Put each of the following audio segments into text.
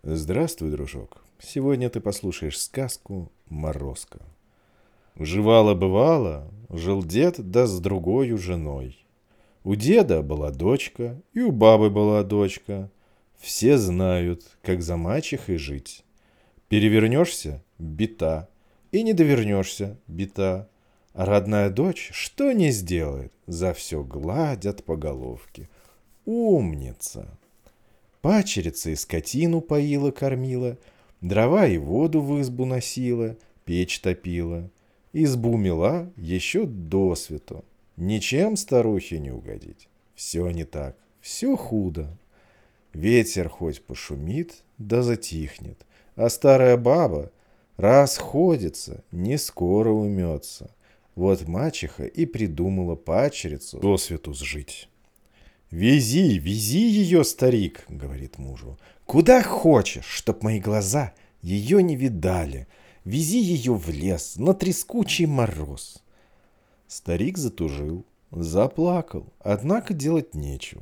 Здравствуй, дружок. Сегодня ты послушаешь сказку «Морозко». Жевало-бывало, жил дед да с другою женой. У деда была дочка, и у бабы была дочка. Все знают, как за мачехой жить. Перевернешься — беда, и не довернешься — беда. А родная дочь что не сделает, за все гладят по головке. Умница! Пачерица и скотину поила, кормила, дрова и воду в избу носила, печь топила. Избу мела еще досвету. Ничем старухе не угодить. Все не так, все худо. Ветер хоть пошумит, да затихнет, а старая баба расходится, не скоро умется. Вот мачеха и придумала пачерицу досвету сжить. «Вези, вези ее, старик», — говорит мужу. «Куда хочешь, чтоб мои глаза ее не видали. Вези ее в лес на трескучий мороз». Старик затужил, заплакал, однако делать нечего.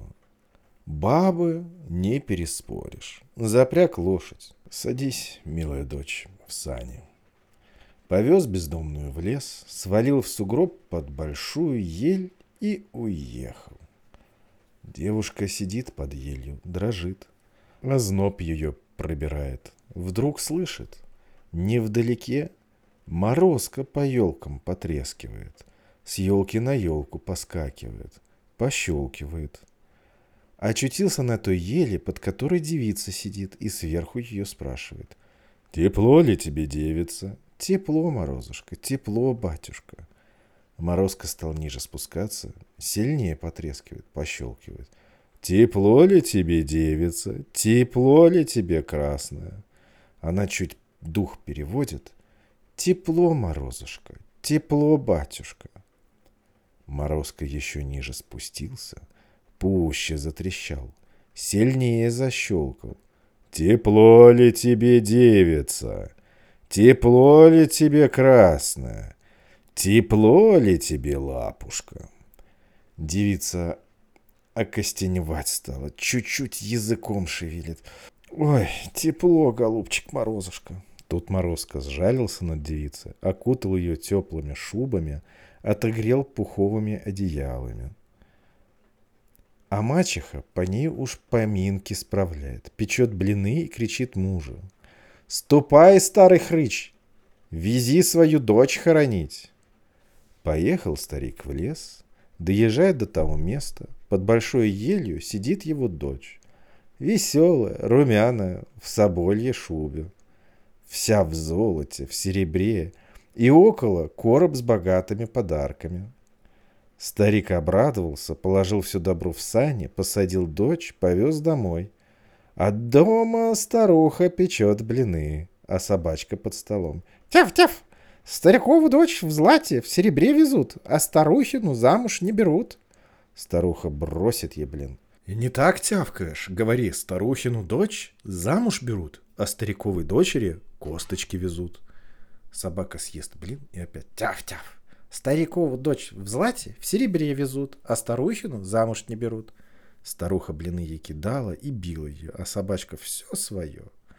Бабы не переспоришь. Запряг лошадь. Садись, милая дочь, в сани. Повез бездомную в лес, свалил в сугроб под большую ель и уехал. Девушка сидит под елью, дрожит. Озноб ее пробирает. Вдруг слышит. Невдалеке морозко по елкам потрескивает. С елки на елку поскакивает. Пощелкивает. Очутился на той еле, под которой девица сидит, и сверху ее спрашивает. «Тепло ли тебе, девица?» «Тепло, Морозушка, тепло, батюшка». Морозко стал ниже спускаться, сильнее потрескивает, пощелкивает. «Тепло ли тебе, девица? Тепло ли тебе, красная?» Она чуть дух переводит. «Тепло, Морозушка, тепло, батюшка». Морозко еще ниже спустился, пуще затрещал, сильнее защелкал. «Тепло ли тебе, девица? Тепло ли тебе, красная? Тепло ли тебе, лапушка?» Девица окостеневать стала, чуть-чуть языком шевелит. «Ой, тепло, голубчик Морозушка». Тут Морозко сжалился над девицей, окутал ее теплыми шубами, отогрел пуховыми одеялами. А мачеха по ней уж поминки справляет, печет блины и кричит мужу. «Ступай, старый хрыч, вези свою дочь хоронить». Поехал старик в лес, доезжает до того места, под большой елью сидит его дочь. Веселая, румяная, в соболье шубе. Вся в золоте, в серебре, и около короб с богатыми подарками. Старик обрадовался, положил все добро в сани, посадил дочь, повез домой. А дома старуха печет блины, а собачка под столом. «Тяф-тяф! Старикову дочь в злате, в серебре везут, а старухину замуж не берут». Старуха бросит ей блин. «И не так тявкаешь, говори, старухину дочь замуж берут, а стариковой дочери косточки везут». Собака съест блин и опять тяф-тяф. «Старикову дочь в злате, в серебре везут, а старухину замуж не берут». Старуха блины ей кидала и била ее, а собачка все свое.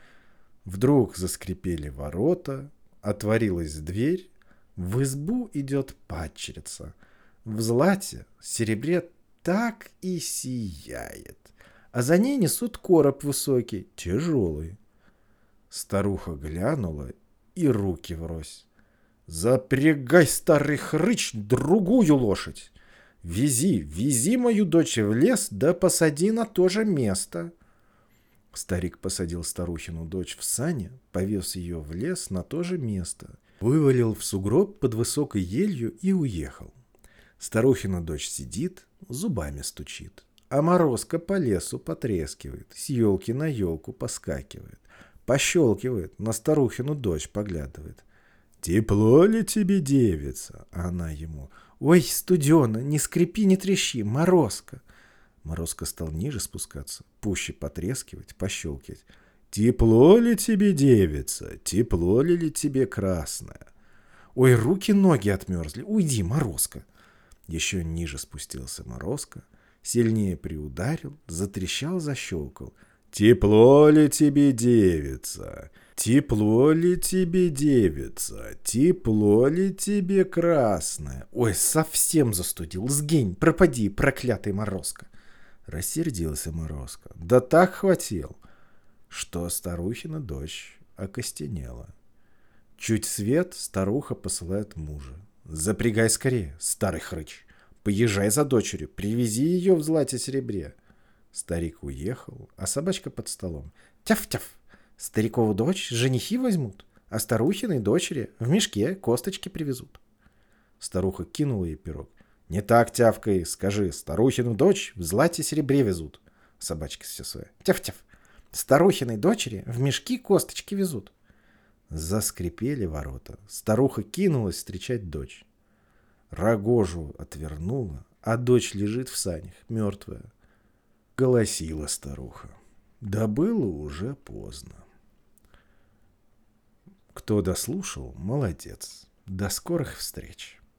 Вдруг заскрипели ворота, отворилась дверь, в избу идет падчерица. В злате, серебре так и сияет, а за ней несут короб высокий, тяжелый. Старуха глянула и руки врозь. «Запрягай, старый хрыч, другую лошадь! Вези, вези мою дочь в лес, да посади на то же место». Старик посадил старухину дочь в сани, повез ее в лес на то же место, вывалил в сугроб под высокой елью и уехал. Старухина дочь сидит, зубами стучит, а Морозко по лесу потрескивает, с елки на елку поскакивает, пощелкивает, на старухину дочь поглядывает. «Тепло ли тебе, девица?» А она ему. «Ой, студено, не скрипи, не трещи, Морозко». Морозко стал ниже спускаться, пуще потрескивать, пощелкивать. «Тепло ли тебе, девица? Тепло ли тебе, красная?» «Ой, руки-ноги отмерзли, уйди, Морозко». Еще ниже спустился Морозко, сильнее приударил, затрещал, защелкал. Тепло ли тебе, девица? Тепло ли тебе, девица? Тепло ли тебе, красная? Ой, совсем застудил. Сгинь, пропади, проклятый Морозко. Рассердился Морозко. Да так хватил, что старухина дочь окостенела. Чуть свет, старуха посылает мужа. Запрягай скорее, старый хрыч. Поезжай за дочерью, привези ее в злате-серебре. Старик уехал, а собачка под столом. Тяф-тяф! Старикову дочь женихи возьмут, а старухиной дочери в мешке косточки привезут. Старуха кинула ей пирог. Не так, тявкой, скажи, старухину дочь в злате-серебре везут. Собачка все своя. Тяф-тяф! Старухиной дочери в мешки косточки везут. Заскрипели ворота. Старуха кинулась встречать дочь. Рогожу отвернула, а дочь лежит в санях, мертвая. Голосила старуха. Да было уже поздно. Кто дослушал, молодец. До скорых встреч.